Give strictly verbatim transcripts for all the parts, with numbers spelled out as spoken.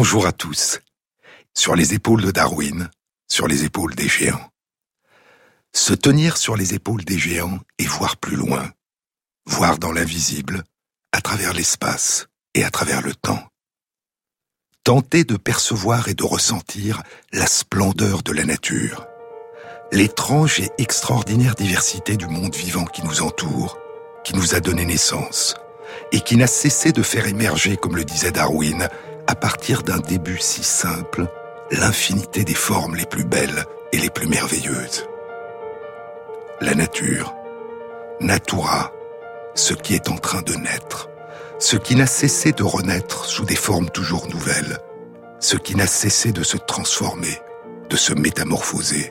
Bonjour à tous. Sur les épaules de Darwin, sur les épaules des géants. Se tenir sur les épaules des géants et voir plus loin, voir dans l'invisible, à travers l'espace et à travers le temps. Tenter de percevoir et de ressentir la splendeur de la nature, l'étrange et extraordinaire diversité du monde vivant qui nous entoure, qui nous a donné naissance, et qui n'a cessé de faire émerger, comme le disait Darwin, à partir d'un début si simple, l'infinité des formes les plus belles et les plus merveilleuses. La nature, natura, ce qui est en train de naître, ce qui n'a cessé de renaître sous des formes toujours nouvelles, ce qui n'a cessé de se transformer, de se métamorphoser.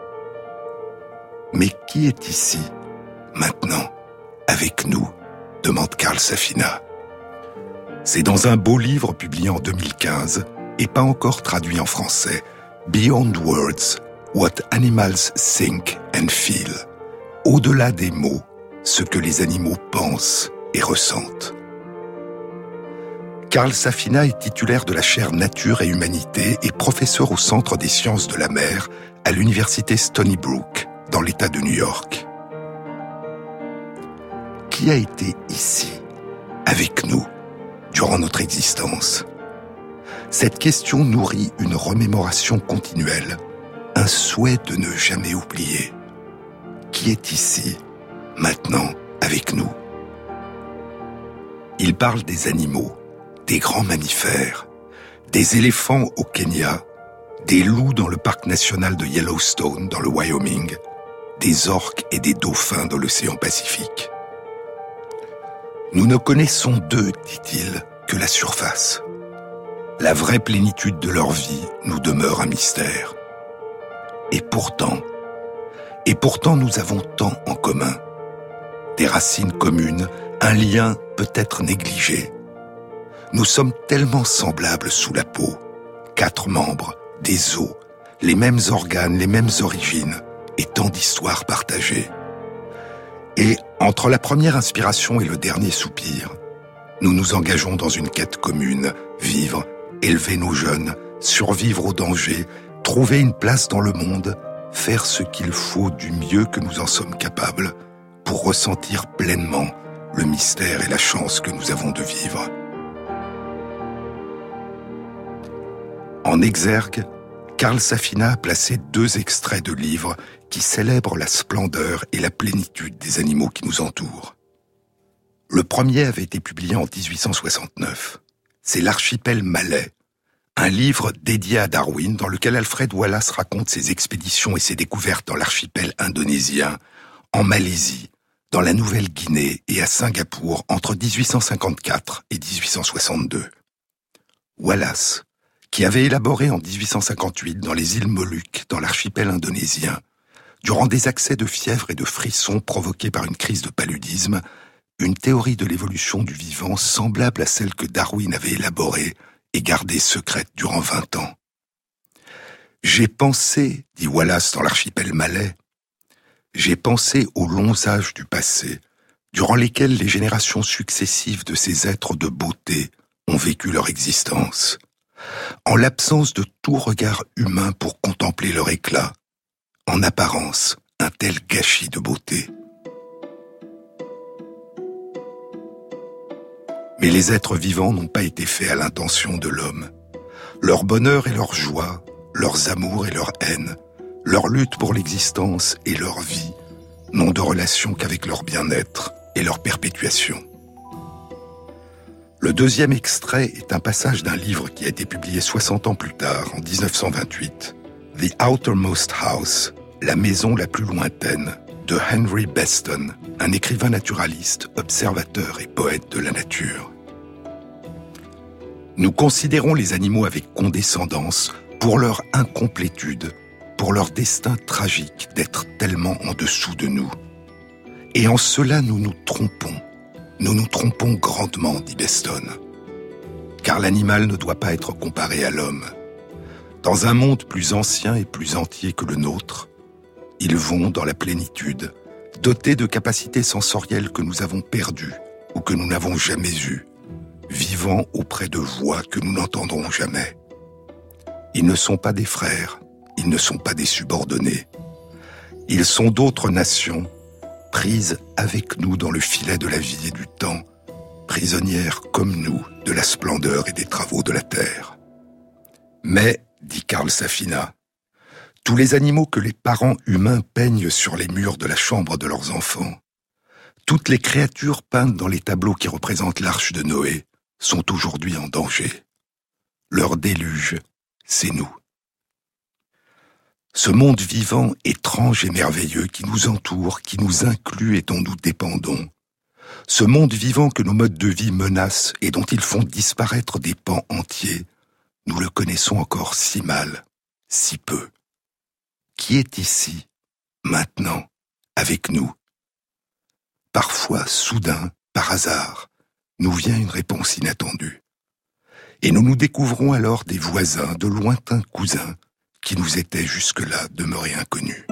Mais qui est ici, maintenant, avec nous, demande Carl Safina. C'est dans un beau livre publié en deux mille quinze et pas encore traduit en français, Beyond Words, What Animals Think and Feel. Au-delà des mots, ce que les animaux pensent et ressentent. Carl Safina est titulaire de la chaire Nature et Humanité et professeur au Centre des sciences de la mer à l'université Stony Brook, dans l'État de New York. Qui a été ici, avec nous, durant notre existence? Cette question nourrit une remémoration continuelle, un souhait de ne jamais oublier. Qui est ici, maintenant, avec nous? Il parle des animaux, des grands mammifères, des éléphants au Kenya, des loups dans le parc national de Yellowstone, dans le Wyoming, des orques et des dauphins dans l'océan Pacifique. Nous ne connaissons d'eux, dit-il, que la surface. La vraie plénitude de leur vie nous demeure un mystère. Et pourtant, et pourtant nous avons tant en commun. Des racines communes, un lien peut-être négligé. Nous sommes tellement semblables sous la peau. Quatre membres, des os, les mêmes organes, les mêmes origines, et tant d'histoires partagées. Et entre la première inspiration et le dernier soupir, nous nous engageons dans une quête commune, vivre, élever nos jeunes, survivre au danger, trouver une place dans le monde, faire ce qu'il faut du mieux que nous en sommes capables pour ressentir pleinement le mystère et la chance que nous avons de vivre. En exergue, Carl Safina a placé deux extraits de livres qui célèbrent la splendeur et la plénitude des animaux qui nous entourent. Le premier avait été publié en dix-huit cent soixante-neuf. C'est l'Archipel malais, un livre dédié à Darwin dans lequel Alfred Wallace raconte ses expéditions et ses découvertes dans l'archipel indonésien, en Malaisie, dans la Nouvelle-Guinée et à Singapour entre dix-huit cent cinquante-quatre et dix-huit cent soixante-deux. Wallace, qui avait élaboré en dix-huit cent cinquante-huit dans les îles Moluques, dans l'archipel indonésien, durant des accès de fièvre et de frissons provoqués par une crise de paludisme, une théorie de l'évolution du vivant semblable à celle que Darwin avait élaborée et gardée secrète durant vingt ans. « J'ai pensé, dit Wallace dans l'archipel malais, j'ai pensé aux longs âges du passé, durant lesquels les générations successives de ces êtres de beauté ont vécu leur existence. En l'absence de tout regard humain pour contempler leur éclat, en apparence, un tel gâchis de beauté. Mais les êtres vivants n'ont pas été faits à l'intention de l'homme. Leur bonheur et leur joie, leurs amours et leur haine, leur lutte pour l'existence et leur vie n'ont de relation qu'avec leur bien-être et leur perpétuation. Le deuxième extrait est un passage d'un livre qui a été publié soixante ans plus tard, en dix-neuf cent vingt-huit, The Outermost House, la maison la plus lointaine, de Henry Beston, un écrivain naturaliste, observateur et poète de la nature. Nous considérons les animaux avec condescendance pour leur incomplétude, pour leur destin tragique d'être tellement en dessous de nous. Et en cela nous nous trompons. Nous nous trompons grandement, dit Beston. Car l'animal ne doit pas être comparé à l'homme. Dans un monde plus ancien et plus entier que le nôtre, ils vont dans la plénitude, dotés de capacités sensorielles que nous avons perdues ou que nous n'avons jamais eues, vivant auprès de voix que nous n'entendrons jamais. Ils ne sont pas des frères, ils ne sont pas des subordonnés. Ils sont d'autres nations, prises avec nous dans le filet de la vie et du temps, prisonnières comme nous de la splendeur et des travaux de la terre. Mais, dit Karl Safina, tous les animaux que les parents humains peignent sur les murs de la chambre de leurs enfants, toutes les créatures peintes dans les tableaux qui représentent l'arche de Noé, sont aujourd'hui en danger. Leur déluge, c'est nous. Ce monde vivant, étrange et merveilleux qui nous entoure, qui nous inclut et dont nous dépendons, ce monde vivant que nos modes de vie menacent et dont ils font disparaître des pans entiers, nous le connaissons encore si mal, si peu. Qui est ici, maintenant, avec nous? Parfois, soudain, par hasard, nous vient une réponse inattendue. Et nous nous découvrons alors des voisins, de lointains cousins, qui nous étaient jusque-là demeurés inconnus.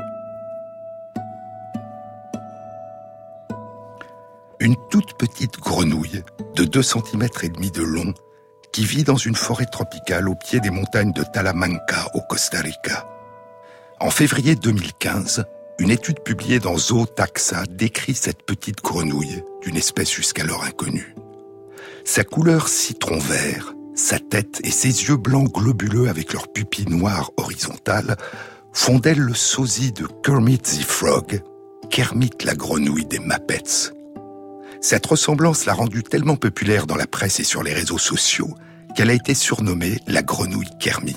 Une toute petite grenouille de deux centimètres et demi de long qui vit dans une forêt tropicale au pied des montagnes de Talamanca au Costa Rica. En février deux mille quinze, une étude publiée dans Zootaxa décrit cette petite grenouille d'une espèce jusqu'alors inconnue. Sa couleur citron-vert, sa tête et ses yeux blancs globuleux avec leurs pupilles noires horizontales font d'elle le sosie de Kermit the Frog, Kermit la grenouille des Muppets. Cette ressemblance l'a rendue tellement populaire dans la presse et sur les réseaux sociaux qu'elle a été surnommée la grenouille Kermit.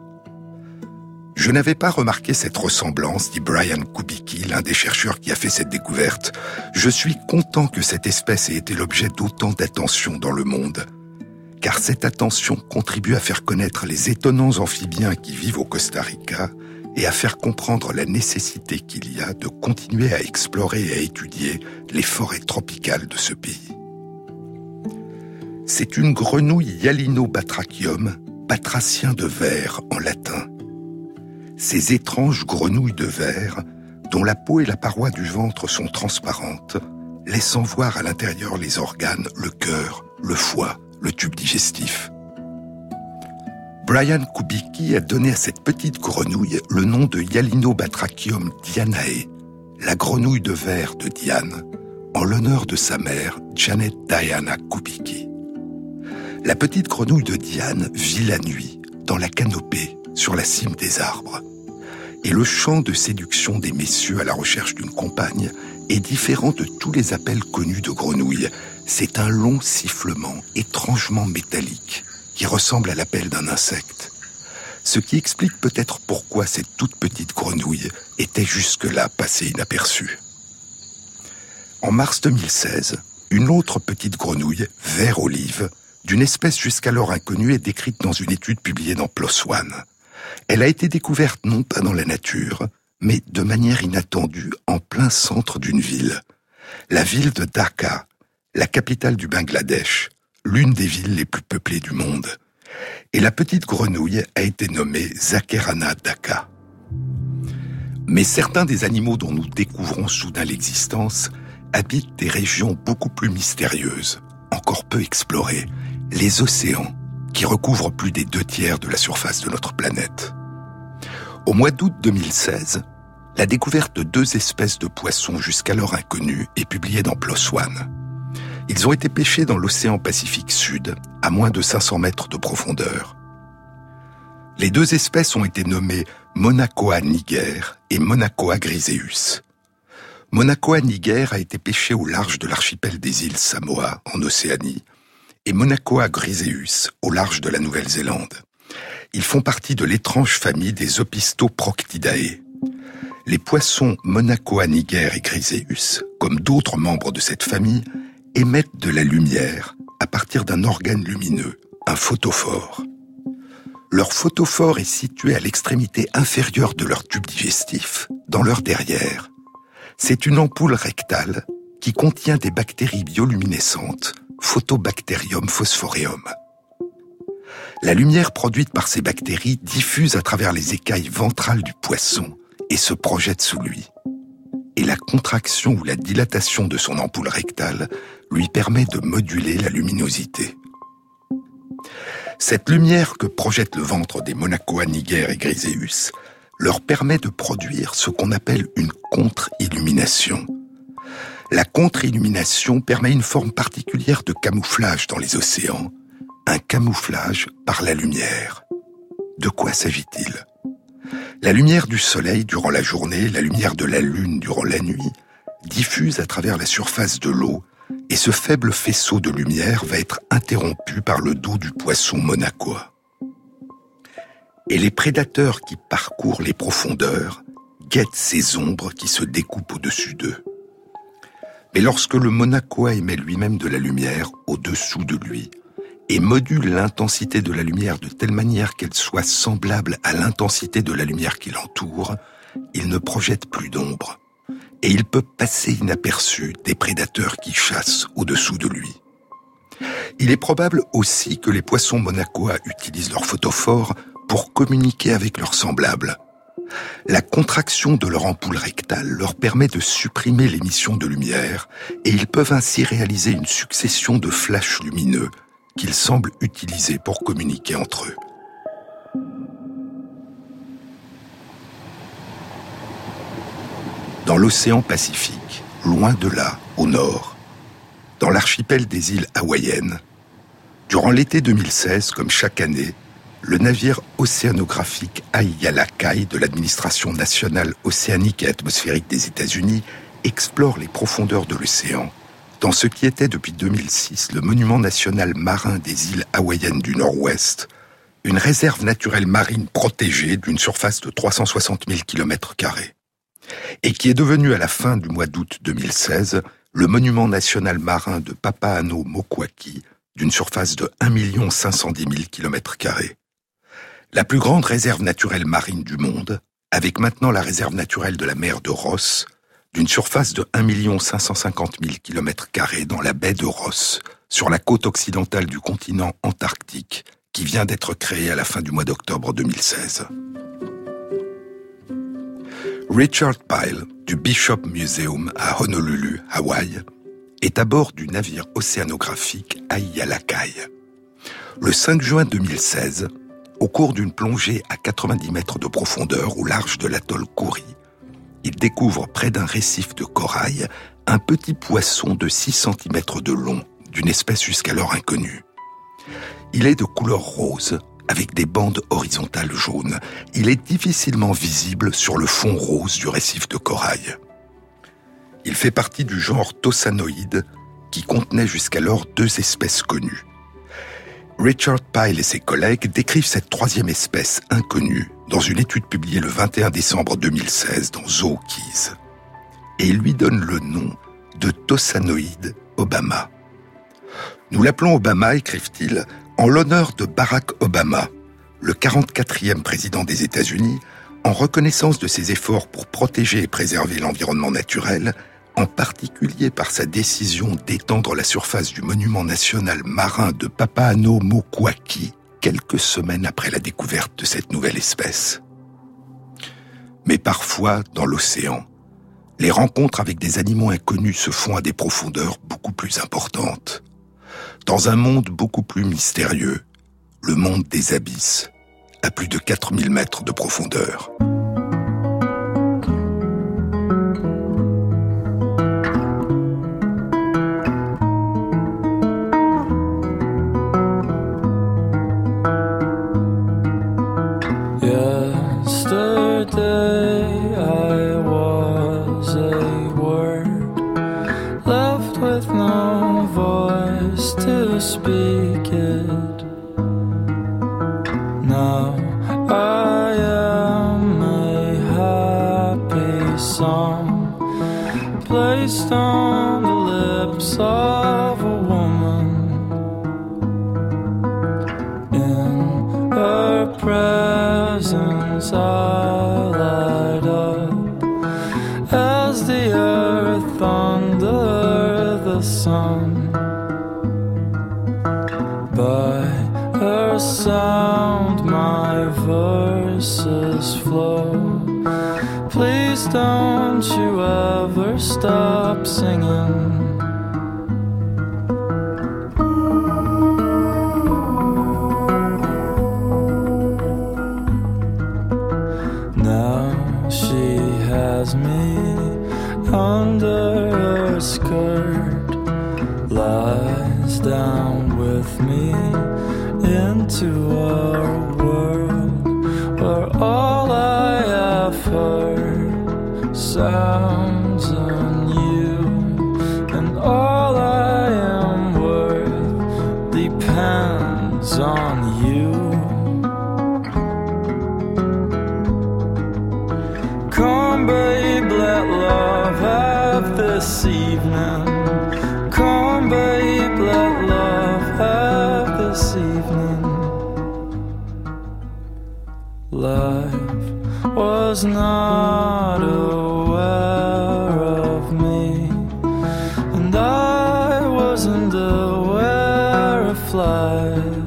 Je n'avais pas remarqué cette ressemblance, dit Brian Kubicki, l'un des chercheurs qui a fait cette découverte. Je suis content que cette espèce ait été l'objet d'autant d'attention dans le monde, car cette attention contribue à faire connaître les étonnants amphibiens qui vivent au Costa Rica et à faire comprendre la nécessité qu'il y a de continuer à explorer et à étudier les forêts tropicales de ce pays. C'est une grenouille Yalinobatrachium, batracien de verre en latin. Ces étranges grenouilles de verre, dont la peau et la paroi du ventre sont transparentes, laissant voir à l'intérieur les organes, le cœur, le foie, le tube digestif. Brian Kubicki a donné à cette petite grenouille le nom de Yalinobatrachium dianae, la grenouille de verre de Diane, en l'honneur de sa mère, Janet Diana Kubicki. La petite grenouille de Diane vit la nuit, dans la canopée, sur la cime des arbres. Et le chant de séduction des messieurs à la recherche d'une compagne est différent de tous les appels connus de grenouilles. C'est un long sifflement étrangement métallique qui ressemble à l'appel d'un insecte. Ce qui explique peut-être pourquoi cette toute petite grenouille était jusque-là passée inaperçue. En mars deux mille seize, une autre petite grenouille, vert olive, d'une espèce jusqu'alors inconnue, est décrite dans une étude publiée dans PLOS ONE. Elle a été découverte non pas dans la nature, mais de manière inattendue en plein centre d'une ville. La ville de Dhaka, la capitale du Bangladesh, l'une des villes les plus peuplées du monde. Et la petite grenouille a été nommée Zakerana Dhaka. Mais certains des animaux dont nous découvrons soudain l'existence habitent des régions beaucoup plus mystérieuses, encore peu explorées, les océans, qui recouvrent plus des deux tiers de la surface de notre planète. Au mois d'août deux mille seize, la découverte de deux espèces de poissons jusqu'alors inconnues est publiée dans PLOS ONE. Ils ont été pêchés dans l'océan Pacifique Sud, à moins de cinq cents mètres de profondeur. Les deux espèces ont été nommées Monacoa niger et Monacoa griseus. Monacoa niger a été pêché au large de l'archipel des îles Samoa, en Océanie, et Monacoa griseus au large de la Nouvelle-Zélande. Ils font partie de l'étrange famille des Opistoproctidae. Les poissons Monacoa niger et griseus, comme d'autres membres de cette famille, émettent de la lumière à partir d'un organe lumineux, un photophore. Leur photophore est situé à l'extrémité inférieure de leur tube digestif, dans leur derrière. C'est une ampoule rectale qui contient des bactéries bioluminescentes, Photobacterium phosphoreum. La lumière produite par ces bactéries diffuse à travers les écailles ventrales du poisson et se projette sous lui. Et la contraction ou la dilatation de son ampoule rectale lui permet de moduler la luminosité. Cette lumière que projette le ventre des Monacoa Niger et Griseus leur permet de produire ce qu'on appelle une contre-illumination. La contre-illumination permet une forme particulière de camouflage dans les océans, un camouflage par la lumière. De quoi s'agit-il ? La lumière du soleil durant la journée, la lumière de la lune durant la nuit, diffuse à travers la surface de l'eau, et ce faible faisceau de lumière va être interrompu par le dos du poisson monacois. Et les prédateurs qui parcourent les profondeurs guettent ces ombres qui se découpent au-dessus d'eux. Mais lorsque le monacois émet lui-même de la lumière au-dessous de lui, et module l'intensité de la lumière de telle manière qu'elle soit semblable à l'intensité de la lumière qui l'entoure, il ne projette plus d'ombre, et il peut passer inaperçu des prédateurs qui chassent au-dessous de lui. Il est probable aussi que les poissons monacois utilisent leur photophore pour communiquer avec leurs semblables. La contraction de leur ampoule rectale leur permet de supprimer l'émission de lumière, et ils peuvent ainsi réaliser une succession de flashs lumineux qu'ils semblent utiliser pour communiquer entre eux. Dans l'océan Pacifique, loin de là, au nord, dans l'archipel des îles hawaïennes, durant l'été deux mille seize, comme chaque année, le navire océanographique Aiyalakai de l'administration nationale océanique et atmosphérique des États-Unis explore les profondeurs de l'océan, dans ce qui était depuis deux mille six le monument national marin des îles hawaïennes du Nord-Ouest, une réserve naturelle marine protégée d'une surface de trois cent soixante mille kilomètres carrés, et qui est devenue à la fin du mois d'août deux mille seize le monument national marin de Papahanaumokuakea d'une surface de un million cinq cent dix mille kilomètres carrés. La plus grande réserve naturelle marine du monde, avec maintenant la réserve naturelle de la mer de Ross, d'une surface de un million cinq cent cinquante mille kilomètres carrés dans la baie de Ross, sur la côte occidentale du continent antarctique, qui vient d'être créée à la fin du mois d'octobre deux mille seize. Richard Pyle, du Bishop Museum à Honolulu, Hawaï, est à bord du navire océanographique Aiyalakai. Le cinq juin deux mille seize, au cours d'une plongée à quatre-vingt-dix mètres de profondeur au large de l'atoll Kouri, il découvre près d'un récif de corail un petit poisson de six centimètres de long, d'une espèce jusqu'alors inconnue. Il est de couleur rose, avec des bandes horizontales jaunes. Il est difficilement visible sur le fond rose du récif de corail. Il fait partie du genre Tossanoïdes, qui contenait jusqu'alors deux espèces connues. Richard Pyle et ses collègues décrivent cette troisième espèce inconnue dans une étude publiée le vingt et un décembre deux mille seize dans Zookeys. Et ils lui donnent le nom de Tossanoïdes Obama. Nous l'appelons Obama, écrivent-ils, en l'honneur de Barack Obama, le quarante-quatrième président des États-Unis, en reconnaissance de ses efforts pour protéger et préserver l'environnement naturel, en particulier par sa décision d'étendre la surface du monument national marin de Papahanaumokuakea quelques semaines après la découverte de cette nouvelle espèce. Mais parfois, dans l'océan, les rencontres avec des animaux inconnus se font à des profondeurs beaucoup plus importantes. Dans un monde beaucoup plus mystérieux, le monde des abysses, à plus de quatre mille mètres de profondeur. Speak it now. I am a happy song placed on the lips of a woman. In her presence I light up as the earth under the sun. By her sound my verses flow. Please don't you ever stop singing. lies down with me into our world where all I have heard sounds on you, and all I am worth depends on you. Come babe, let love have this evening. Come babe, let love have this evening. Life was not aware of me, and I wasn't aware of life.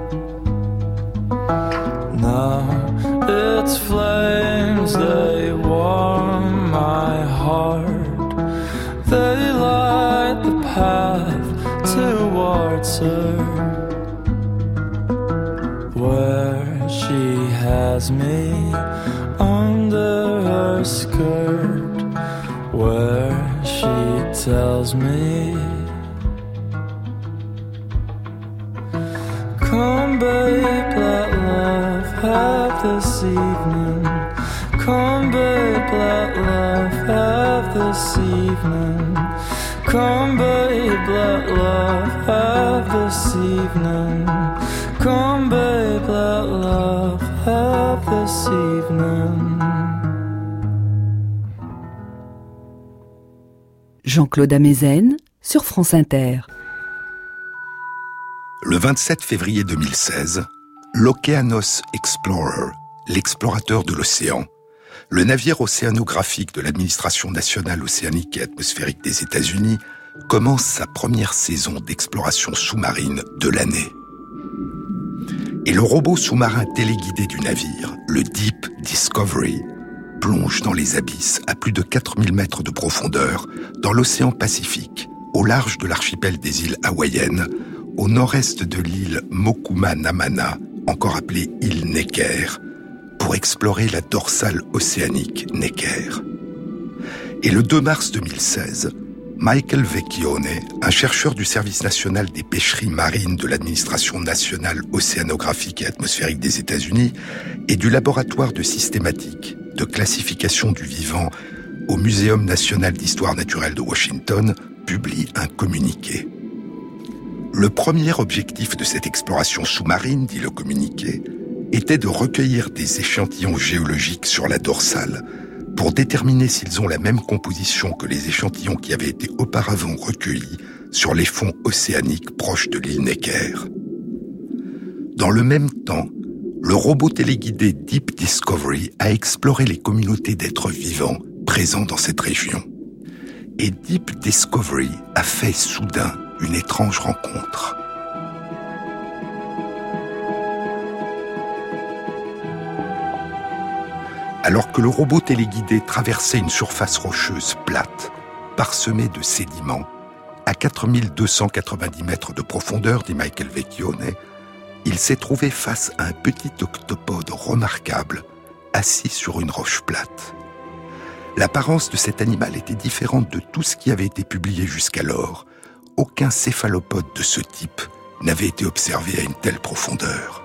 Now its flames, they warm my heart. They light the path towards her, where she has me under her skirt, where she tells me, come babe, let love have this evening. Come babe, let love have this evening. Come babe, let love have this evening. Come babe, let love have this evening. Jean-Claude Amezen sur France Inter. Le vingt-sept février deux mille seize, l'Okeanos Explorer, l'explorateur de l'océan, le navire océanographique de l'administration nationale océanique et atmosphérique des États-Unis, commence sa première saison d'exploration sous-marine de l'année. Et le robot sous-marin téléguidé du navire, le Deep Discovery, plonge dans les abysses à plus de quatre mille mètres de profondeur dans l'océan Pacifique, au large de l'archipel des îles hawaïennes, au nord-est de l'île Mokuma-Namana, encore appelée île Necker, pour explorer la dorsale océanique Necker. Et le deux mars deux mille seize, Michael Vecchione, un chercheur du Service national des pêcheries marines de l'Administration nationale océanographique et atmosphérique des États-Unis et du laboratoire de systématique, de classification du vivant au Muséum national d'histoire naturelle de Washington, publie un communiqué. Le premier objectif de cette exploration sous-marine, dit le communiqué, était de recueillir des échantillons géologiques sur la dorsale pour déterminer s'ils ont la même composition que les échantillons qui avaient été auparavant recueillis sur les fonds océaniques proches de l'île Necker. Dans le même temps, le robot téléguidé Deep Discovery a exploré les communautés d'êtres vivants présents dans cette région. Et Deep Discovery a fait soudain une étrange rencontre. Alors que le robot téléguidé traversait une surface rocheuse plate, parsemée de sédiments, à quatre mille deux cent quatre-vingt-dix mètres de profondeur, dit Michael Vecchione, il s'est trouvé face à un petit octopode remarquable, assis sur une roche plate. L'apparence de cet animal était différente de tout ce qui avait été publié jusqu'alors. Aucun céphalopode de ce type n'avait été observé à une telle profondeur.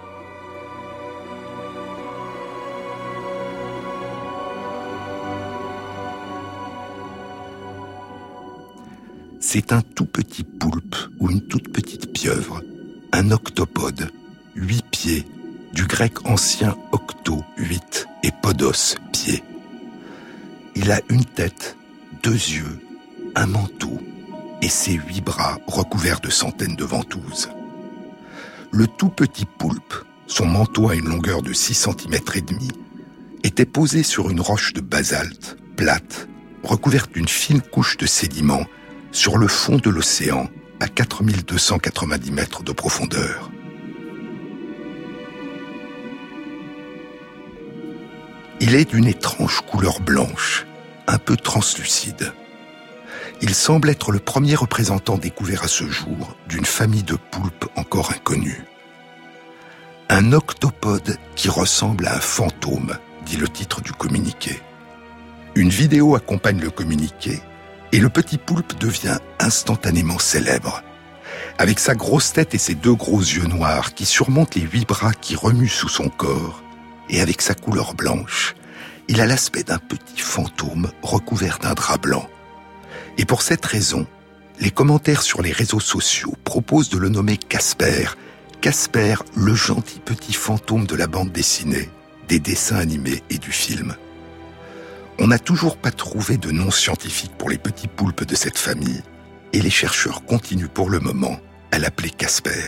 C'est un tout petit poulpe ou une toute petite pieuvre, un octopode, huit pieds, du grec ancien octo, huit, et podos, pied. Il a une tête, deux yeux, un manteau et ses huit bras recouverts de centaines de ventouses. Le tout petit poulpe, son manteau à une longueur de six centimètres et demi, était posé sur une roche de basalte, plate, recouverte d'une fine couche de sédiments, sur le fond de l'océan, à quatre mille deux cent quatre-vingt-dix mètres de profondeur. Il est d'une étrange couleur blanche, un peu translucide. Il semble être le premier représentant découvert à ce jour d'une famille de poulpes encore inconnue. Un octopode qui ressemble à un fantôme, dit le titre du communiqué. Une vidéo accompagne le communiqué et le petit poulpe devient instantanément célèbre. Avec sa grosse tête et ses deux gros yeux noirs qui surmontent les huit bras qui remuent sous son corps, et avec sa couleur blanche, il a l'aspect d'un petit fantôme recouvert d'un drap blanc. Et pour cette raison, les commentaires sur les réseaux sociaux proposent de le nommer Casper, Casper, le gentil petit fantôme de la bande dessinée, des dessins animés et du film. On n'a toujours pas trouvé de nom scientifique pour les petits poulpes de cette famille, et les chercheurs continuent pour le moment à l'appeler Casper.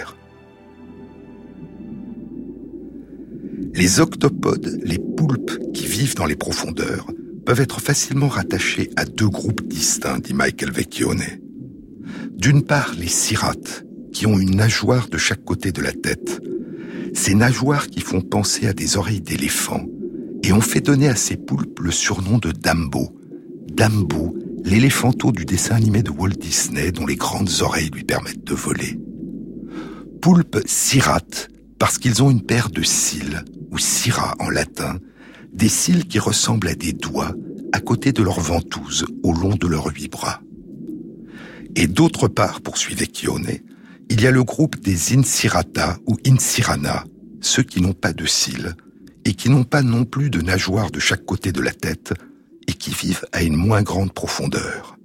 Les octopodes, les poulpes qui vivent dans les profondeurs, peuvent être facilement rattachés à deux groupes distincts, dit Michael Vecchione. D'une part, les cirrhates, qui ont une nageoire de chaque côté de la tête. Ces nageoires qui font penser à des oreilles d'éléphant et ont fait donner à ces poulpes le surnom de Dumbo. Dumbo, l'éléphanteau du dessin animé de Walt Disney dont les grandes oreilles lui permettent de voler. Poulpes cirrhates, parce qu'ils ont une paire de cils, ou cirrha en latin, des cils qui ressemblent à des doigts à côté de leurs ventouses au long de leurs huit bras. Et d'autre part, poursuit Vecchione, il y a le groupe des Incirrhata ou Incirrhana, ceux qui n'ont pas de cils, et qui n'ont pas non plus de nageoires de chaque côté de la tête, et qui vivent à une moins grande profondeur.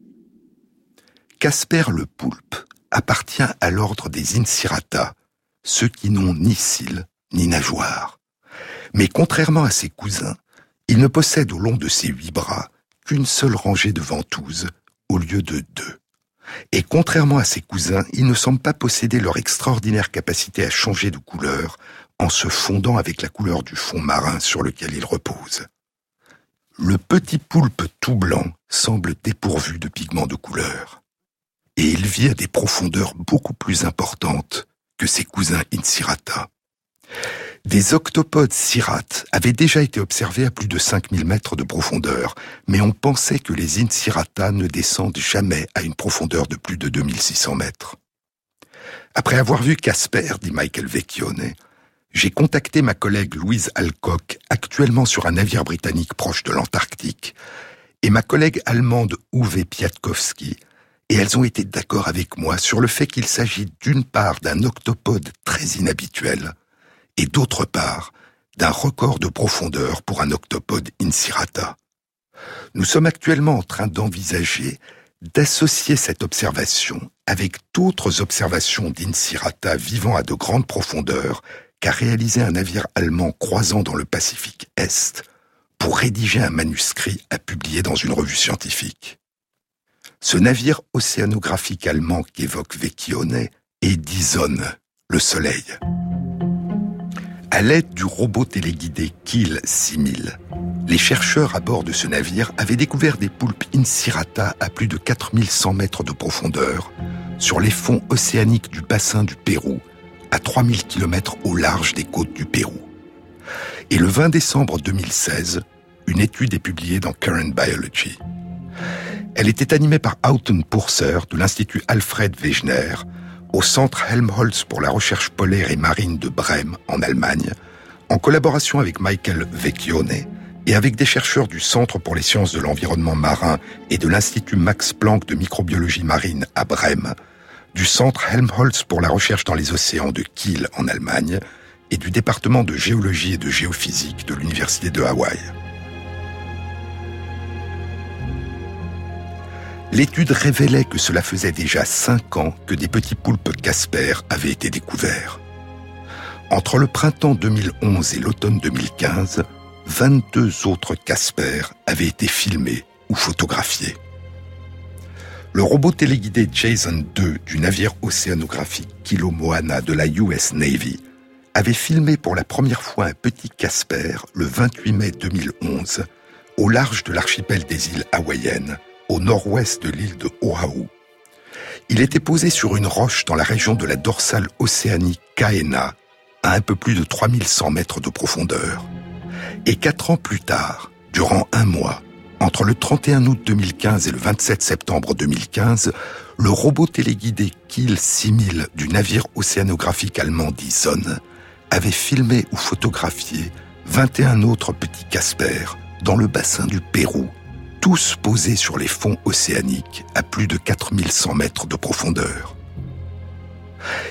Casper le poulpe appartient à l'ordre des Incirrhata, ceux qui n'ont ni cils ni nageoires. Mais contrairement à ses cousins, il ne possède au long de ses huit bras qu'une seule rangée de ventouses au lieu de deux. Et contrairement à ses cousins, il ne semble pas posséder leur extraordinaire capacité à changer de couleur en se fondant avec la couleur du fond marin sur lequel il repose. Le petit poulpe tout blanc semble dépourvu de pigments de couleur. Et il vit à des profondeurs beaucoup plus importantes que ses cousins Incirrhata. Des octopodes cirrhates avaient déjà été observés à plus de cinq mille mètres de profondeur, mais on pensait que les Incirrhata ne descendent jamais à une profondeur de plus de deux mille six cents mètres. Après avoir vu Casper, dit Michael Vecchione, j'ai contacté ma collègue Louise Alcock, actuellement sur un navire britannique proche de l'Antarctique, et ma collègue allemande Uwe Piatkowski, et elles ont été d'accord avec moi sur le fait qu'il s'agit d'une part d'un octopode très inhabituel, et d'autre part, d'un record de profondeur pour un octopode Incirrhata. Nous sommes actuellement en train d'envisager d'associer cette observation avec d'autres observations d'Incirrhata vivant à de grandes profondeurs qu'a réalisé un navire allemand croisant dans le Pacifique Est pour rédiger un manuscrit à publier dans une revue scientifique. Ce navire océanographique allemand qu'évoque Vecchione est Dison, le Soleil. À l'aide du robot téléguidé Kiel six mille, les chercheurs à bord de ce navire avaient découvert des poulpes Incirrhata à plus de quatre mille cent mètres de profondeur sur les fonds océaniques du bassin du Pérou, à trois mille kilomètres au large des côtes du Pérou. Et le vingt décembre deux mille seize, une étude est publiée dans Current Biology. Elle était animée par Auten Purser de l'Institut Alfred Wegener, au Centre Helmholtz pour la recherche polaire et marine de Brême, en Allemagne, en collaboration avec Michael Vecchione et avec des chercheurs du Centre pour les sciences de l'environnement marin et de l'Institut Max Planck de microbiologie marine à Brême, du Centre Helmholtz pour la recherche dans les océans de Kiel en Allemagne et du département de géologie et de géophysique de l'Université de Hawaï. L'étude révélait que cela faisait déjà cinq ans que des petits poulpes Casper avaient été découverts. Entre le printemps deux mille onze et l'automne deux mille quinze, vingt-deux autres Casper avaient été filmés ou photographiés. Le robot téléguidé Jason deux du navire océanographique Kilo Moana de la U S Navy avait filmé pour la première fois un petit Casper le vingt-huit mai deux mille onze au large de l'archipel des îles hawaïennes, au nord-ouest de l'île de Oahu. Il était posé sur une roche dans la région de la dorsale océanique Kaena, à un peu plus de trois mille cent mètres de profondeur. Et quatre ans plus tard, durant un mois, entre le trente et un août deux mille quinze et le vingt-sept septembre deux mille quinze, le robot téléguidé Kiel six mille du navire océanographique allemand Dison avait filmé ou photographié vingt et un autres petits Casper dans le bassin du Pérou, tous posés sur les fonds océaniques à plus de quatre mille cent mètres de profondeur.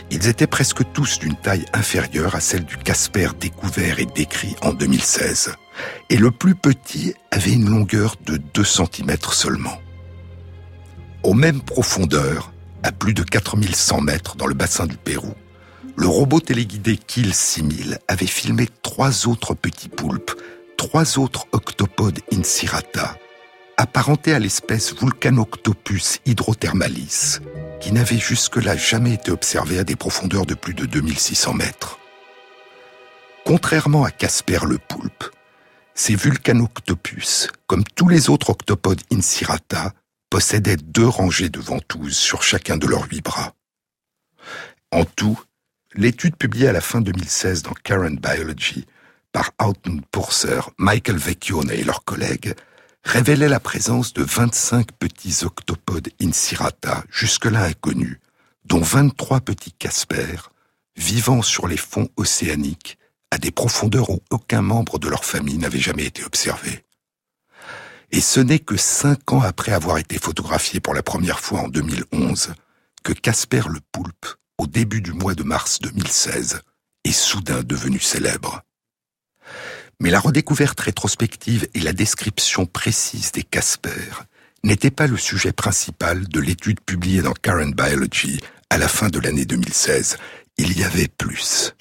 Ils étaient presque tous d'une taille inférieure à celle du Casper découvert et décrit en deux mille seize. Et le plus petit avait une longueur de deux centimètres seulement. Aux mêmes profondeurs, à plus de quatre mille cent mètres dans le bassin du Pérou, le robot téléguidé Kill six mille avait filmé trois autres petits poulpes, trois autres octopodes incirata, apparentés à l'espèce Vulcanoctopus hydrothermalis, qui n'avait jusque-là jamais été observée à des profondeurs de plus de deux mille six cents mètres. Contrairement à Casper le poulpe, ces Vulcanoctopus, comme tous les autres octopodes incirata, possédaient deux rangées de ventouses sur chacun de leurs huit bras. En tout, l'étude publiée à la fin deux mille seize dans Current Biology par Houghton Purser, Michael Vecchione et leurs collègues révélait la présence de vingt-cinq petits octopodes incirata, jusque-là inconnus, dont vingt-trois petits caspers, vivant sur les fonds océaniques à des profondeurs où aucun membre de leur famille n'avait jamais été observé. Et ce n'est que cinq ans après avoir été photographié pour la première fois en deux mille onze que Casper le poulpe, au début du mois de mars deux mille seize, est soudain devenu célèbre. Mais la redécouverte rétrospective et la description précise des caspers n'étaient pas le sujet principal de l'étude publiée dans Current Biology à la fin de l'année deux mille seize. Il y avait plus.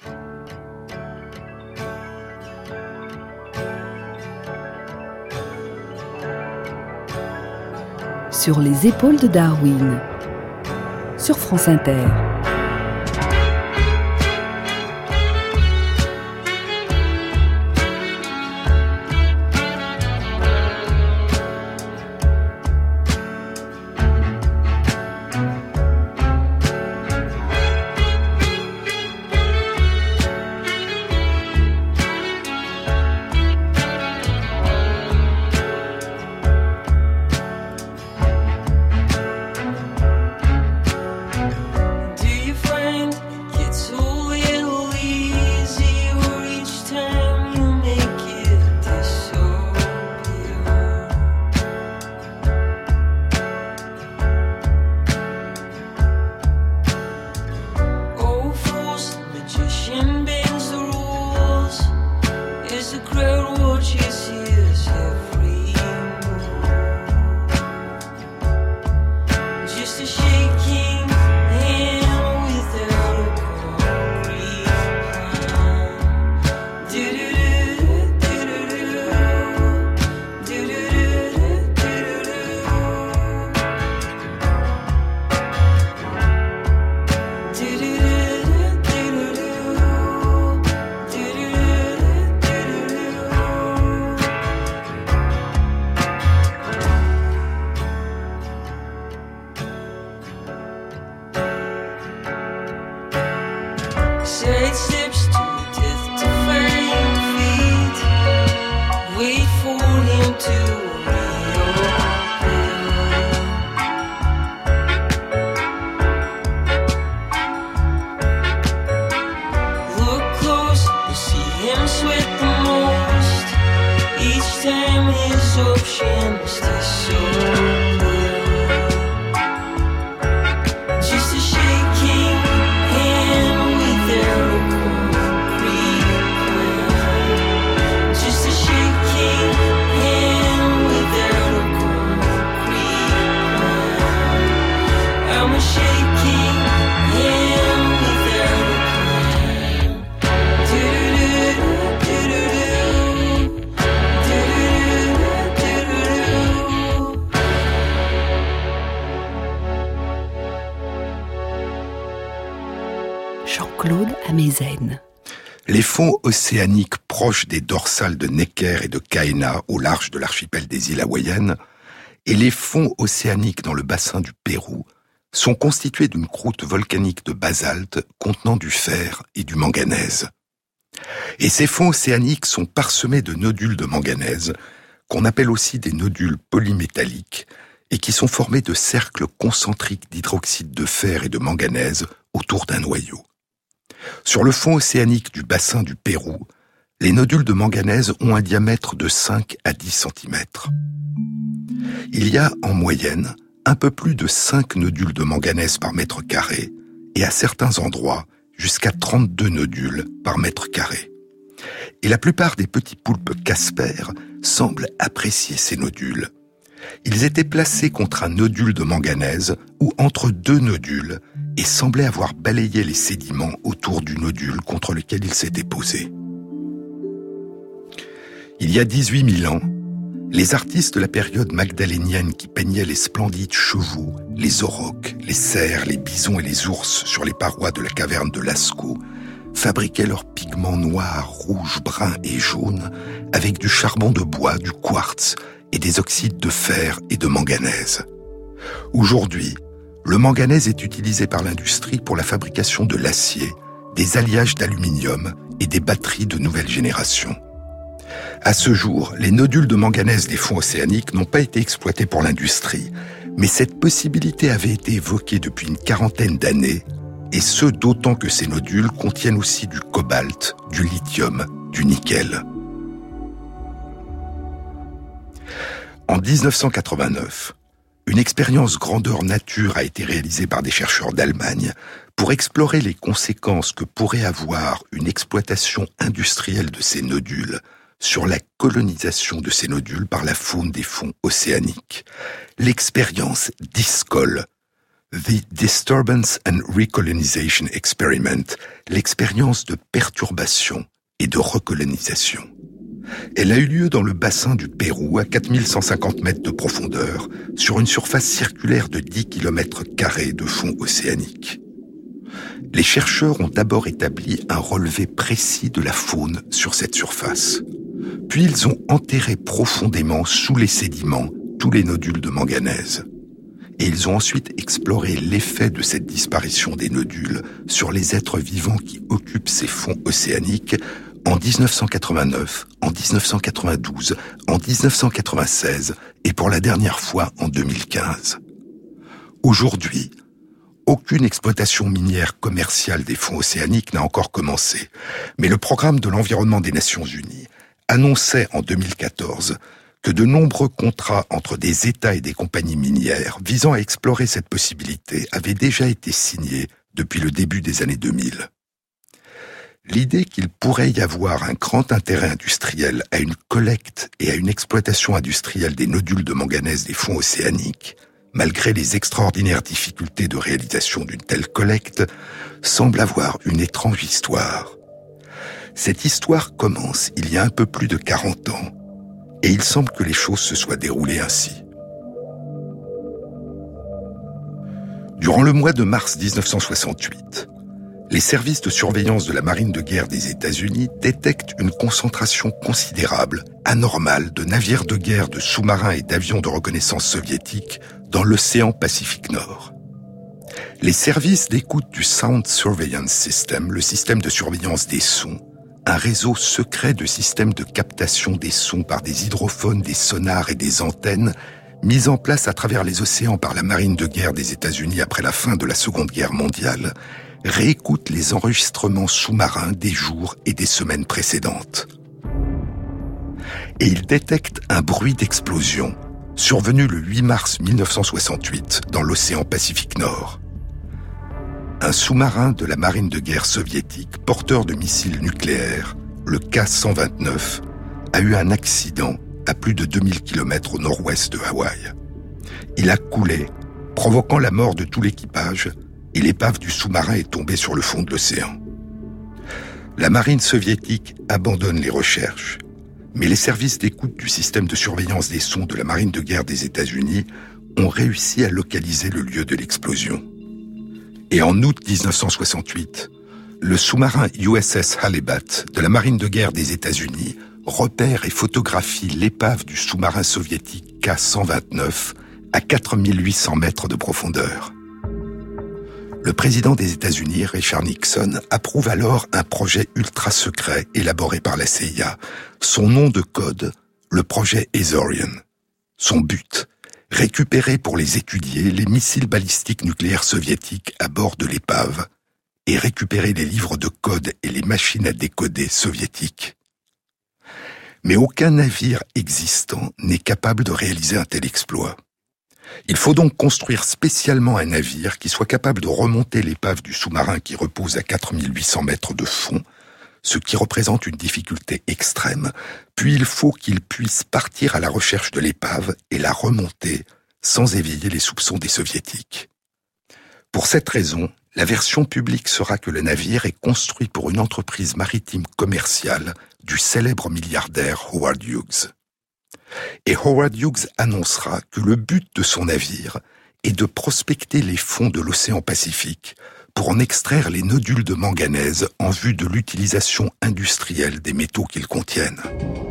Sur les épaules de Darwin, sur France Inter. Jean-Claude Amezen. Les fonds océaniques proches des dorsales de Necker et de Caena au large de l'archipel des îles hawaïennes et les fonds océaniques dans le bassin du Pérou sont constitués d'une croûte volcanique de basalte contenant du fer et du manganèse. Et ces fonds océaniques sont parsemés de nodules de manganèse, qu'on appelle aussi des nodules polymétalliques, et qui sont formés de cercles concentriques d'hydroxyde de fer et de manganèse autour d'un noyau. Sur le fond océanique du bassin du Pérou, les nodules de manganèse ont un diamètre de cinq à dix centimètres. Il y a, en moyenne, un peu plus de cinq nodules de manganèse par mètre carré et à certains endroits jusqu'à trente-deux nodules par mètre carré. Et la plupart des petits poulpes Casper semblent apprécier ces nodules. Ils étaient placés contre un nodule de manganèse ou entre deux nodules et semblaient avoir balayé les sédiments autour du nodule contre lequel ils s'étaient posés. Il y a dix-huit mille ans, les artistes de la période magdalénienne qui peignaient les splendides chevaux, les aurochs, les cerfs, les bisons et les ours sur les parois de la caverne de Lascaux fabriquaient leurs pigments noirs, rouges, bruns et jaunes avec du charbon de bois, du quartz et des oxydes de fer et de manganèse. Aujourd'hui, le manganèse est utilisé par l'industrie pour la fabrication de l'acier, des alliages d'aluminium et des batteries de nouvelle génération. À ce jour, les nodules de manganèse des fonds océaniques n'ont pas été exploités pour l'industrie, mais cette possibilité avait été évoquée depuis une quarantaine d'années, et ce d'autant que ces nodules contiennent aussi du cobalt, du lithium, du nickel. En dix-neuf cent quatre-vingt-neuf, une expérience grandeur nature a été réalisée par des chercheurs d'Allemagne pour explorer les conséquences que pourrait avoir une exploitation industrielle de ces nodules sur la colonisation de ces nodules par la faune des fonds océaniques. L'expérience DISCOL, The Disturbance and Recolonization Experiment, l'expérience de perturbation et de recolonisation. Elle a eu lieu dans le bassin du Pérou à quatre mille cent cinquante mètres de profondeur, sur une surface circulaire de dix kilomètres carrés de fond océanique. Les chercheurs ont d'abord établi un relevé précis de la faune sur cette surface. Puis ils ont enterré profondément sous les sédiments tous les nodules de manganèse. Et ils ont ensuite exploré l'effet de cette disparition des nodules sur les êtres vivants qui occupent ces fonds océaniques en dix-neuf cent quatre-vingt-neuf, en dix-neuf cent quatre-vingt-douze, en dix-neuf cent quatre-vingt-seize et pour la dernière fois en deux mille quinze. Aujourd'hui, aucune exploitation minière commerciale des fonds océaniques n'a encore commencé, mais le programme de l'environnement des Nations Unies annonçait en deux mille quatorze que de nombreux contrats entre des États et des compagnies minières visant à explorer cette possibilité avaient déjà été signés depuis le début des années deux mille. L'idée qu'il pourrait y avoir un grand intérêt industriel à une collecte et à une exploitation industrielle des nodules de manganèse des fonds océaniques, malgré les extraordinaires difficultés de réalisation d'une telle collecte, semble avoir une étrange histoire. Cette histoire commence il y a un peu plus de quarante ans, et il semble que les choses se soient déroulées ainsi. Durant le mois de mars dix-neuf cent soixante-huit, les services de surveillance de la marine de guerre des États-Unis détectent une concentration considérable, anormale, de navires de guerre, de sous-marins et d'avions de reconnaissance soviétiques dans l'océan Pacifique Nord. Les services d'écoute du Sound Surveillance System, le système de surveillance des sons, un réseau secret de systèmes de captation des sons par des hydrophones, des sonars et des antennes, mis en place à travers les océans par la marine de guerre des États-Unis après la fin de la Seconde Guerre mondiale, réécoute les enregistrements sous-marins des jours et des semaines précédentes. Et il détecte un bruit d'explosion survenu le huit mars mille neuf cent soixante-huit dans l'océan Pacifique Nord. Un sous-marin de la marine de guerre soviétique, porteur de missiles nucléaires, le K cent vingt-neuf, a eu un accident à plus de deux mille kilomètres au nord-ouest de Hawaï. Il a coulé, provoquant la mort de tout l'équipage, et l'épave du sous-marin est tombée sur le fond de l'océan. La marine soviétique abandonne les recherches, mais les services d'écoute du système de surveillance des sons de la marine de guerre des États-Unis ont réussi à localiser le lieu de l'explosion. Et en août dix-neuf cent soixante-huit, le sous-marin U S S Hallebat de la marine de guerre des États-Unis repère et photographie l'épave du sous-marin soviétique K cent vingt-neuf à quatre mille huit cents mètres de profondeur. Le président des États-Unis, Richard Nixon, approuve alors un projet ultra secret élaboré par la C I A. Son nom de code, le projet Azorian. Son but, récupérer pour les étudier les missiles balistiques nucléaires soviétiques à bord de l'épave et récupérer les livres de code et les machines à décoder soviétiques. Mais aucun navire existant n'est capable de réaliser un tel exploit. Il faut donc construire spécialement un navire qui soit capable de remonter l'épave du sous-marin qui repose à quatre mille huit cents mètres de fond, ce qui représente une difficulté extrême, puis il faut qu'il puisse partir à la recherche de l'épave et la remonter sans éveiller les soupçons des soviétiques. Pour cette raison, la version publique sera que le navire est construit pour une entreprise maritime commerciale du célèbre milliardaire Howard Hughes. Et Howard Hughes annoncera que le but de son navire est de prospecter les fonds de l'océan Pacifique pour en extraire les nodules de manganèse en vue de l'utilisation industrielle des métaux qu'ils contiennent.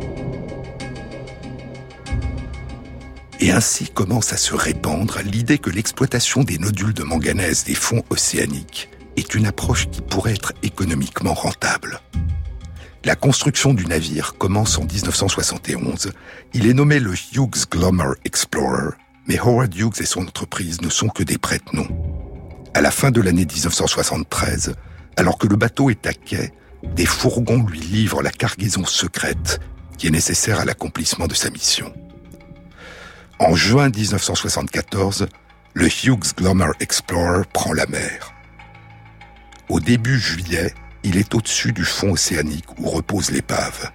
Et ainsi commence à se répandre l'idée que l'exploitation des nodules de manganèse des fonds océaniques est une approche qui pourrait être économiquement rentable. La construction du navire commence en dix-neuf cent soixante et onze. Il est nommé le Hughes Glomar Explorer, mais Howard Hughes et son entreprise ne sont que des prête-noms. À la fin de l'année dix-neuf cent soixante-treize, alors que le bateau est à quai, des fourgons lui livrent la cargaison secrète qui est nécessaire à l'accomplissement de sa mission. En juin dix-neuf cent soixante-quatorze, le Hughes Glomar Explorer prend la mer. Au début juillet, il est au-dessus du fond océanique où repose l'épave.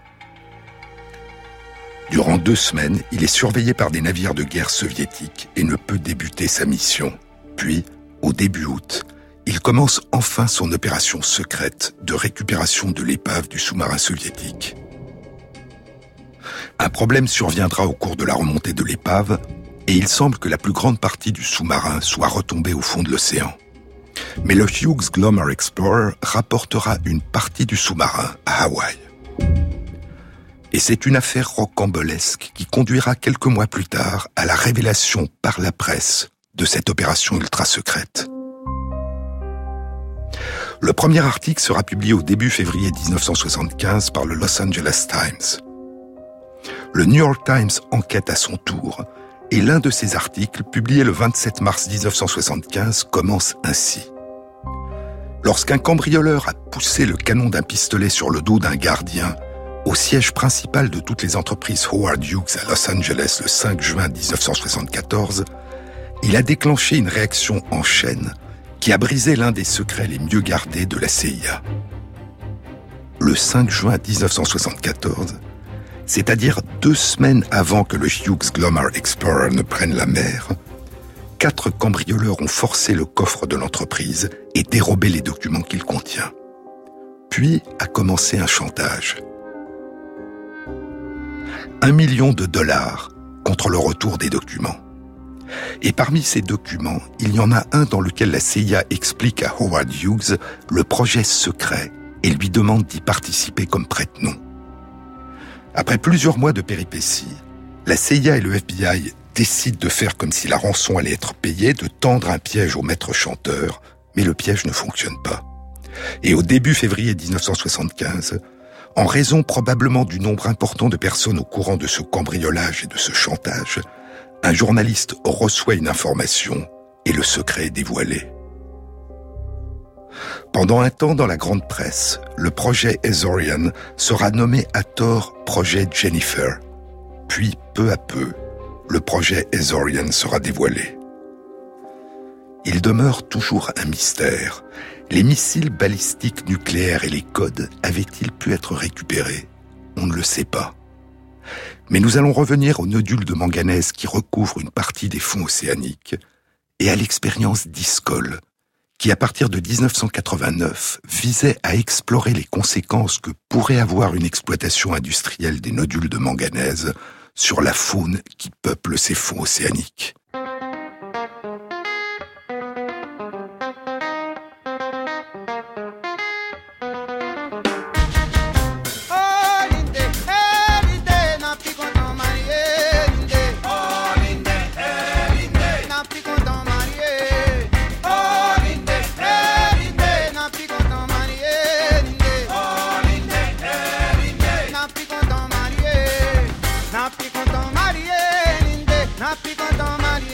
Durant deux semaines, il est surveillé par des navires de guerre soviétiques et ne peut débuter sa mission. Puis, au début août, il commence enfin son opération secrète de récupération de l'épave du sous-marin soviétique. Un problème surviendra au cours de la remontée de l'épave et il semble que la plus grande partie du sous-marin soit retombée au fond de l'océan. Mais le Hughes Glomar Explorer rapportera une partie du sous-marin à Hawaï. Et c'est une affaire rocambolesque qui conduira quelques mois plus tard à la révélation par la presse de cette opération ultra-secrète. Le premier article sera publié au début février dix-neuf cent soixante-quinze par le Los Angeles Times. Le New York Times enquête à son tour et l'un de ses articles, publié le vingt-sept mars dix-neuf cent soixante-quinze, commence ainsi. Lorsqu'un cambrioleur a poussé le canon d'un pistolet sur le dos d'un gardien au siège principal de toutes les entreprises Howard Hughes à Los Angeles le cinq juin dix-neuf cent soixante-quatorze, il a déclenché une réaction en chaîne qui a brisé l'un des secrets les mieux gardés de la C I A. Le cinq juin dix-neuf cent soixante-quatorze, c'est-à-dire deux semaines avant que le Hughes Glomar Explorer ne prenne la mer, quatre cambrioleurs ont forcé le coffre de l'entreprise et dérobé les documents qu'il contient. Puis a commencé un chantage. Un million de dollars contre le retour des documents. Et parmi ces documents, il y en a un dans lequel la C I A explique à Howard Hughes le projet secret et lui demande d'y participer comme prête-nom. Après plusieurs mois de péripéties, la C I A et le F B I décident de faire comme si la rançon allait être payée, de tendre un piège au maître chanteur, mais le piège ne fonctionne pas. Et au début février dix-neuf cent soixante-quinze, en raison probablement du nombre important de personnes au courant de ce cambriolage et de ce chantage, un journaliste reçoit une information et le secret est dévoilé. Pendant un temps dans la grande presse, le projet Azorian sera nommé à tort projet Jennifer. Puis, peu à peu, le projet Azorian sera dévoilé. Il demeure toujours un mystère. Les missiles balistiques nucléaires et les codes avaient-ils pu être récupérés ? On ne le sait pas. Mais nous allons revenir aux nodules de manganèse qui recouvrent une partie des fonds océaniques et à l'expérience d'Iscol, qui à partir de dix-neuf cent quatre-vingt-neuf visait à explorer les conséquences que pourrait avoir une exploitation industrielle des nodules de manganèse sur la faune qui peuple ces fonds océaniques. Napi content Marie,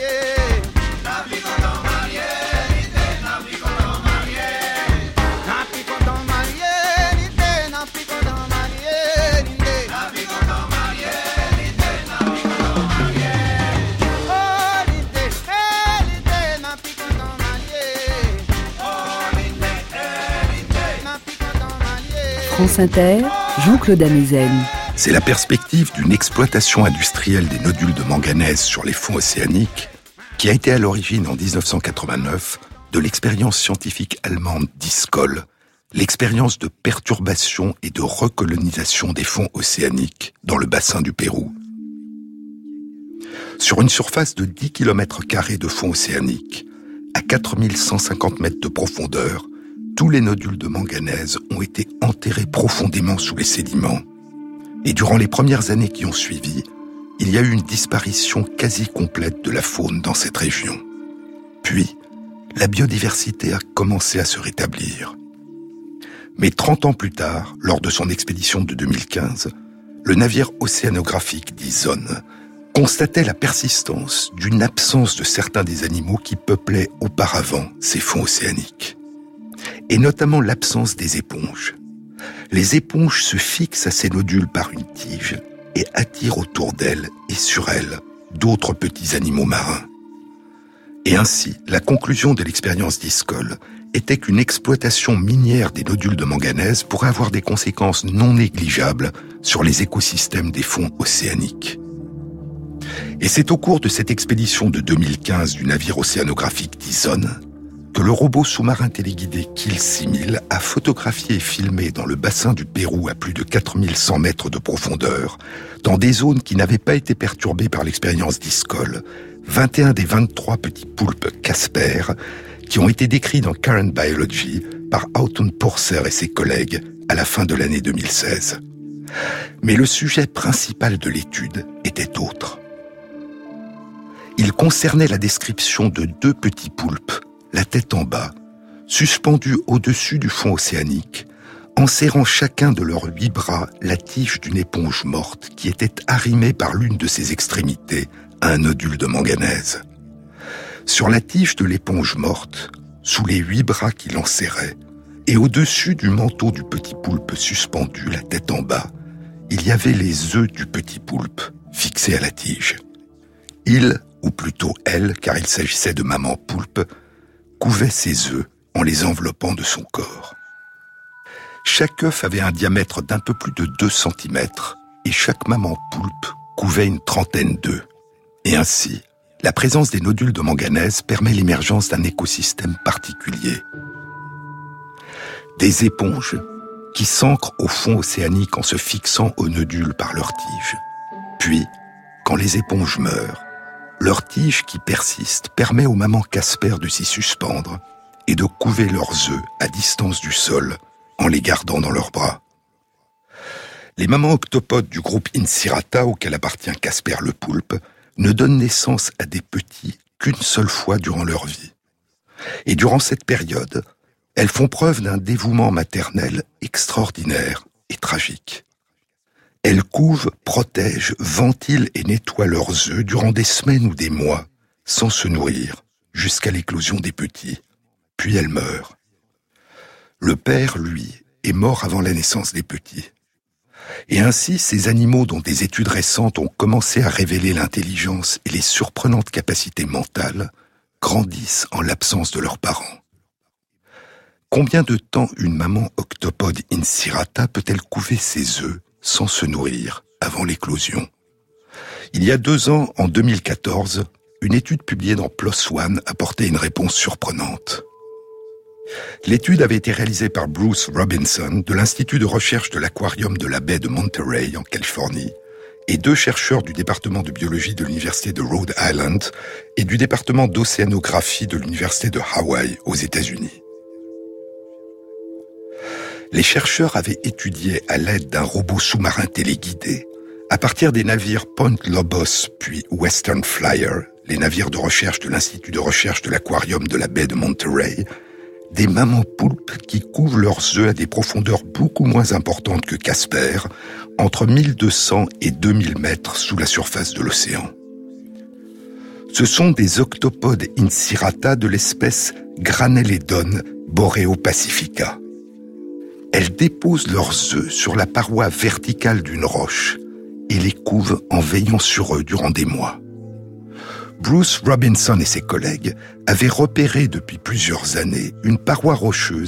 France Inter, Jean-Claude Amezen. C'est la perspective d'une exploitation industrielle des nodules de manganèse sur les fonds océaniques qui a été à l'origine en dix-neuf cent quatre-vingt-neuf de l'expérience scientifique allemande DISCOL, l'expérience de perturbation et de recolonisation des fonds océaniques dans le bassin du Pérou. Sur une surface de dix kilomètres carrés de fonds océaniques, à quatre mille cent cinquante mètres de profondeur, tous les nodules de manganèse ont été enterrés profondément sous les sédiments. Et durant les premières années qui ont suivi, il y a eu une disparition quasi complète de la faune dans cette région. Puis, la biodiversité a commencé à se rétablir. Mais trente ans plus tard, lors de son expédition de deux mille quinze, le navire océanographique d'Ison constatait la persistance d'une absence de certains des animaux qui peuplaient auparavant ces fonds océaniques. Et notamment l'absence des éponges. Les éponges se fixent à ces nodules par une tige et attirent autour d'elles et sur elles d'autres petits animaux marins. Et ainsi, la conclusion de l'expérience DISCOL était qu'une exploitation minière des nodules de manganèse pourrait avoir des conséquences non négligeables sur les écosystèmes des fonds océaniques. Et c'est au cours de cette expédition de deux mille quinze du navire océanographique d'Ison que le robot sous-marin téléguidé Kill six mille a photographié et filmé dans le bassin du Pérou à plus de quatre mille cent mètres de profondeur, dans des zones qui n'avaient pas été perturbées par l'expérience DISCOL, vingt et un des vingt-trois petits poulpes Casper qui ont été décrits dans Current Biology par Autumn Purser et ses collègues à la fin de l'année deux mille seize. Mais le sujet principal de l'étude était autre. Il concernait la description de deux petits poulpes, la tête en bas, suspendus au-dessus du fond océanique, en serrant chacun de leurs huit bras la tige d'une éponge morte qui était arrimée par l'une de ses extrémités à un nodule de manganèse. Sur la tige de l'éponge morte, sous les huit bras qui l'enserraient, et au-dessus du manteau du petit poulpe suspendu, la tête en bas, il y avait les œufs du petit poulpe fixés à la tige. Il, ou plutôt elle, car il s'agissait de maman poulpe, couvait ses œufs en les enveloppant de son corps. Chaque œuf avait un diamètre d'un peu plus de deux centimètres et chaque maman poulpe couvait une trentaine d'œufs. Et ainsi, la présence des nodules de manganèse permet l'émergence d'un écosystème particulier. Des éponges qui s'ancrent au fond océanique en se fixant aux nodules par leurs tiges. Puis, quand les éponges meurent, leur tige qui persiste permet aux mamans Casper de s'y suspendre et de couver leurs œufs à distance du sol en les gardant dans leurs bras. Les mamans octopodes du groupe Incirata, auquel appartient Casper le poulpe, ne donnent naissance à des petits qu'une seule fois durant leur vie. Et durant cette période, elles font preuve d'un dévouement maternel extraordinaire et tragique. Elles couvent, protègent, ventilent et nettoient leurs œufs durant des semaines ou des mois, sans se nourrir, jusqu'à l'éclosion des petits. Puis elles meurent. Le père, lui, est mort avant la naissance des petits. Et ainsi, ces animaux dont des études récentes ont commencé à révéler l'intelligence et les surprenantes capacités mentales, grandissent en l'absence de leurs parents. Combien de temps une maman octopode Incirata peut-elle couver ses œufs sans se nourrir avant l'éclosion? Il y a deux ans, en deux mille quatorze, une étude publiée dans PLOS ONE apportait une réponse surprenante. L'étude avait été réalisée par Bruce Robinson de l'Institut de recherche de l'aquarium de la baie de Monterey en Californie et deux chercheurs du département de biologie de l'Université de Rhode Island et du département d'océanographie de l'Université de Hawaï aux États-Unis. Les chercheurs avaient étudié à l'aide d'un robot sous-marin téléguidé, à partir des navires Point Lobos puis Western Flyer, les navires de recherche de l'Institut de recherche de l'aquarium de la baie de Monterey, des mamans poulpes qui couvent leurs œufs à des profondeurs beaucoup moins importantes que Casper, entre mille deux cents et deux mille mètres sous la surface de l'océan. Ce sont des octopodes Incirata de l'espèce Graneledon boreopacifica. Elles déposent leurs œufs sur la paroi verticale d'une roche et les couvent en veillant sur eux durant des mois. Bruce Robinson et ses collègues avaient repéré depuis plusieurs années une paroi rocheuse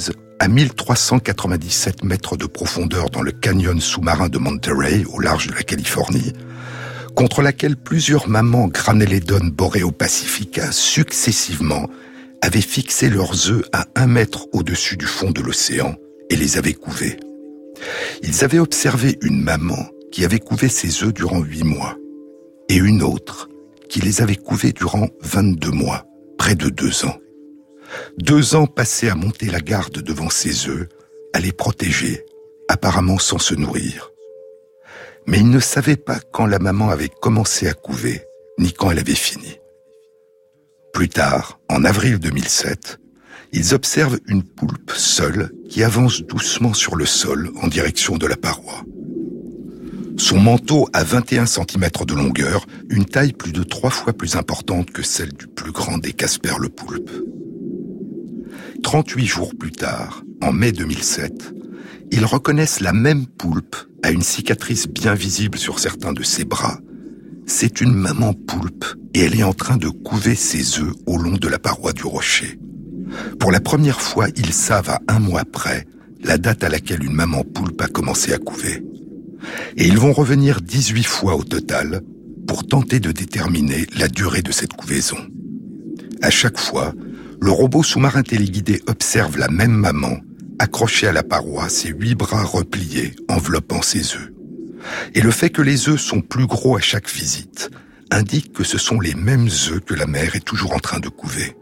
à mille trois cent quatre-vingt-dix-sept mètres de profondeur dans le canyon sous-marin de Monterey, au large de la Californie, contre laquelle plusieurs mamans Graneledon boréo-pacifica successivement avaient fixé leurs œufs à un mètre au-dessus du fond de l'océan et les avaient couvés. Ils avaient observé une maman qui avait couvé ses œufs durant huit mois et une autre qui les avait couvés durant vingt-deux mois, près de deux ans. Deux ans passés à monter la garde devant ses œufs, à les protéger, apparemment sans se nourrir. Mais ils ne savaient pas quand la maman avait commencé à couver, ni quand elle avait fini. Plus tard, en avril deux mille sept, ils observent une poulpe seule qui avance doucement sur le sol en direction de la paroi. Son manteau a vingt et un centimètres de longueur, une taille plus de trois fois plus importante que celle du plus grand des casperles-poulpes. trente-huit jours plus tard, en mai deux mille sept, ils reconnaissent la même poulpe à une cicatrice bien visible sur certains de ses bras. C'est une maman poulpe et elle est en train de couver ses œufs au long de la paroi du rocher. Pour la première fois, ils savent à un mois près la date à laquelle une maman poulpe a commencé à couver. Et ils vont revenir dix-huit fois au total pour tenter de déterminer la durée de cette couvaison. À chaque fois, le robot sous-marin téléguidé observe la même maman, accrochée à la paroi, ses huit bras repliés, enveloppant ses œufs. Et le fait que les œufs sont plus gros à chaque visite indique que ce sont les mêmes œufs que la mère est toujours en train de couver.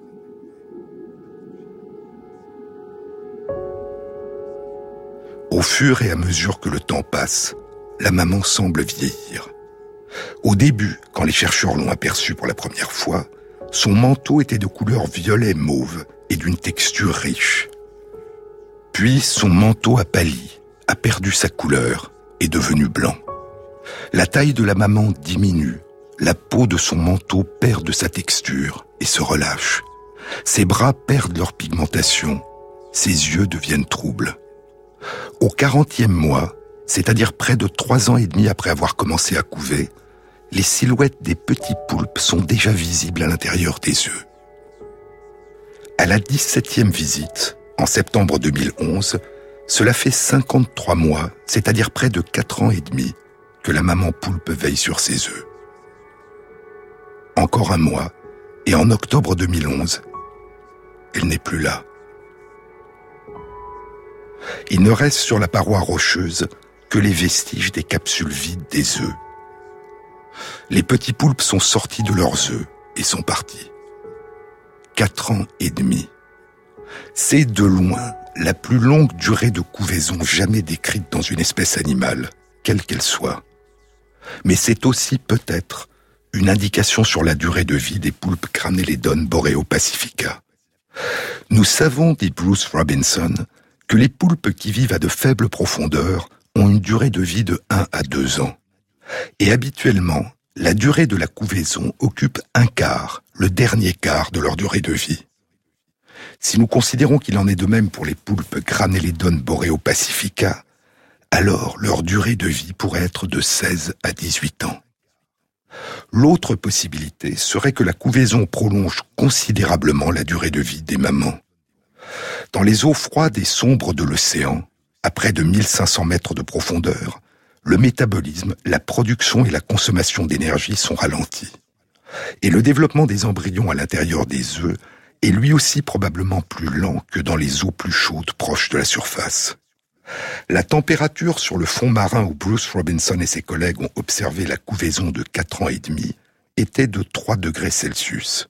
Au fur et à mesure que le temps passe, la maman semble vieillir. Au début, quand les chercheurs l'ont aperçue pour la première fois, son manteau était de couleur violet-mauve et d'une texture riche. Puis son manteau a pâli, a perdu sa couleur, est devenu blanc. La taille de la maman diminue, la peau de son manteau perd de sa texture et se relâche. Ses bras perdent leur pigmentation, ses yeux deviennent troubles. Au quarantième mois, c'est-à-dire près de trois ans et demi après avoir commencé à couver, les silhouettes des petits poulpes sont déjà visibles à l'intérieur des œufs. À la dix-septième visite, en septembre deux mille onze, cela fait cinquante-trois mois, c'est-à-dire près de quatre ans et demi, que la maman poulpe veille sur ses œufs. Encore un mois, et en octobre deux mille onze, elle n'est plus là. Il ne reste sur la paroi rocheuse que les vestiges des capsules vides des œufs. Les petits poulpes sont sortis de leurs œufs et sont partis. Quatre ans et demi. C'est de loin la plus longue durée de couvaison jamais décrite dans une espèce animale, quelle qu'elle soit. Mais c'est aussi peut-être une indication sur la durée de vie des poulpes Graneledon boréo-pacifica. Nous savons, dit Bruce Robinson, que les poulpes qui vivent à de faibles profondeurs ont une durée de vie de un à deux ans. Et habituellement, la durée de la couvaison occupe un quart, le dernier quart de leur durée de vie. Si nous considérons qu'il en est de même pour les poulpes Graneledon boréo-pacifica, alors leur durée de vie pourrait être de seize à dix-huit ans. L'autre possibilité serait que la couvaison prolonge considérablement la durée de vie des mamans. Dans les eaux froides et sombres de l'océan, à près de mille cinq cents mètres de profondeur, le métabolisme, la production et la consommation d'énergie sont ralentis. Et le développement des embryons à l'intérieur des œufs est lui aussi probablement plus lent que dans les eaux plus chaudes proches de la surface. La température sur le fond marin où Bruce Robinson et ses collègues ont observé la couvaison de quatre ans et demi était de trois degrés Celsius.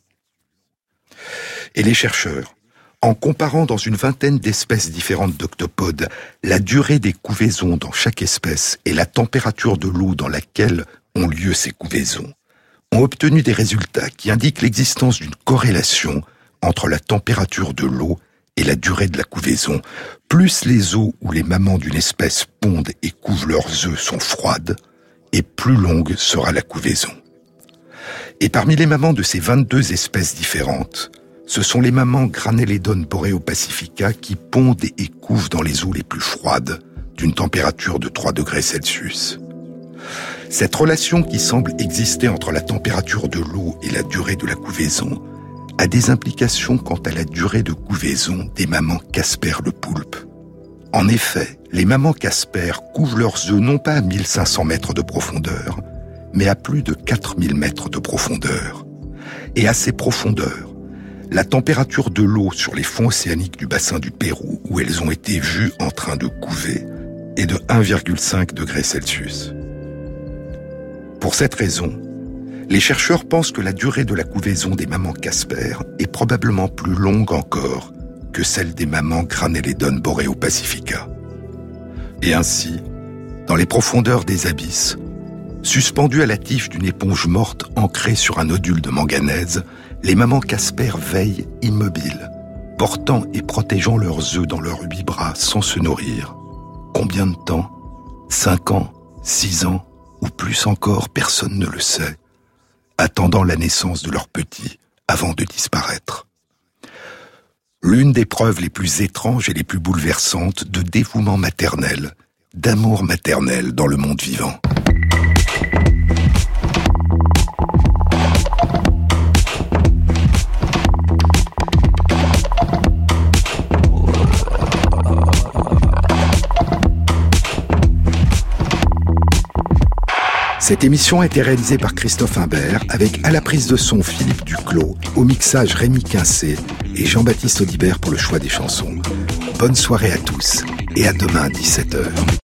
Et les chercheurs, en comparant dans une vingtaine d'espèces différentes d'octopodes la durée des couvaisons dans chaque espèce et la température de l'eau dans laquelle ont lieu ces couvaisons, ont obtenu des résultats qui indiquent l'existence d'une corrélation entre la température de l'eau et la durée de la couvaison. Plus les eaux où les mamans d'une espèce pondent et couvent leurs œufs sont froides, et plus longue sera la couvaison. Et parmi les mamans de ces vingt-deux espèces différentes, ce sont les mamans Graneledon boréo-pacifica qui pondent et couvent dans les eaux les plus froides, d'une température de trois degrés Celsius. Cette relation qui semble exister entre la température de l'eau et la durée de la couvaison a des implications quant à la durée de couvaison des mamans casperles-poulpes. En effet, les mamans Casper couvent leurs œufs non pas à mille cinq cents mètres de profondeur, mais à plus de quatre mille mètres de profondeur. Et à ces profondeurs, la température de l'eau sur les fonds océaniques du bassin du Pérou, où elles ont été vues en train de couver, est de un virgule cinq degrés Celsius. Pour cette raison, les chercheurs pensent que la durée de la couvaison des mamans Casper est probablement plus longue encore que celle des mamans Graneledon boreopacifica. Et ainsi, dans les profondeurs des abysses, suspendues à la tige d'une éponge morte ancrée sur un nodule de manganèse, les mamans Casper veillent immobiles, portant et protégeant leurs œufs dans leurs huit bras sans se nourrir. Combien de temps ? Cinq ans, six ans, ou plus encore, personne ne le sait, attendant la naissance de leurs petits avant de disparaître. L'une des preuves les plus étranges et les plus bouleversantes de dévouement maternel, d'amour maternel dans le monde vivant. Cette émission a été réalisée par Christophe Imbert avec à la prise de son Philippe Duclos, au mixage Rémi Quincé et Jean-Baptiste Audibert pour le choix des chansons. Bonne soirée à tous et à demain à dix-sept heures.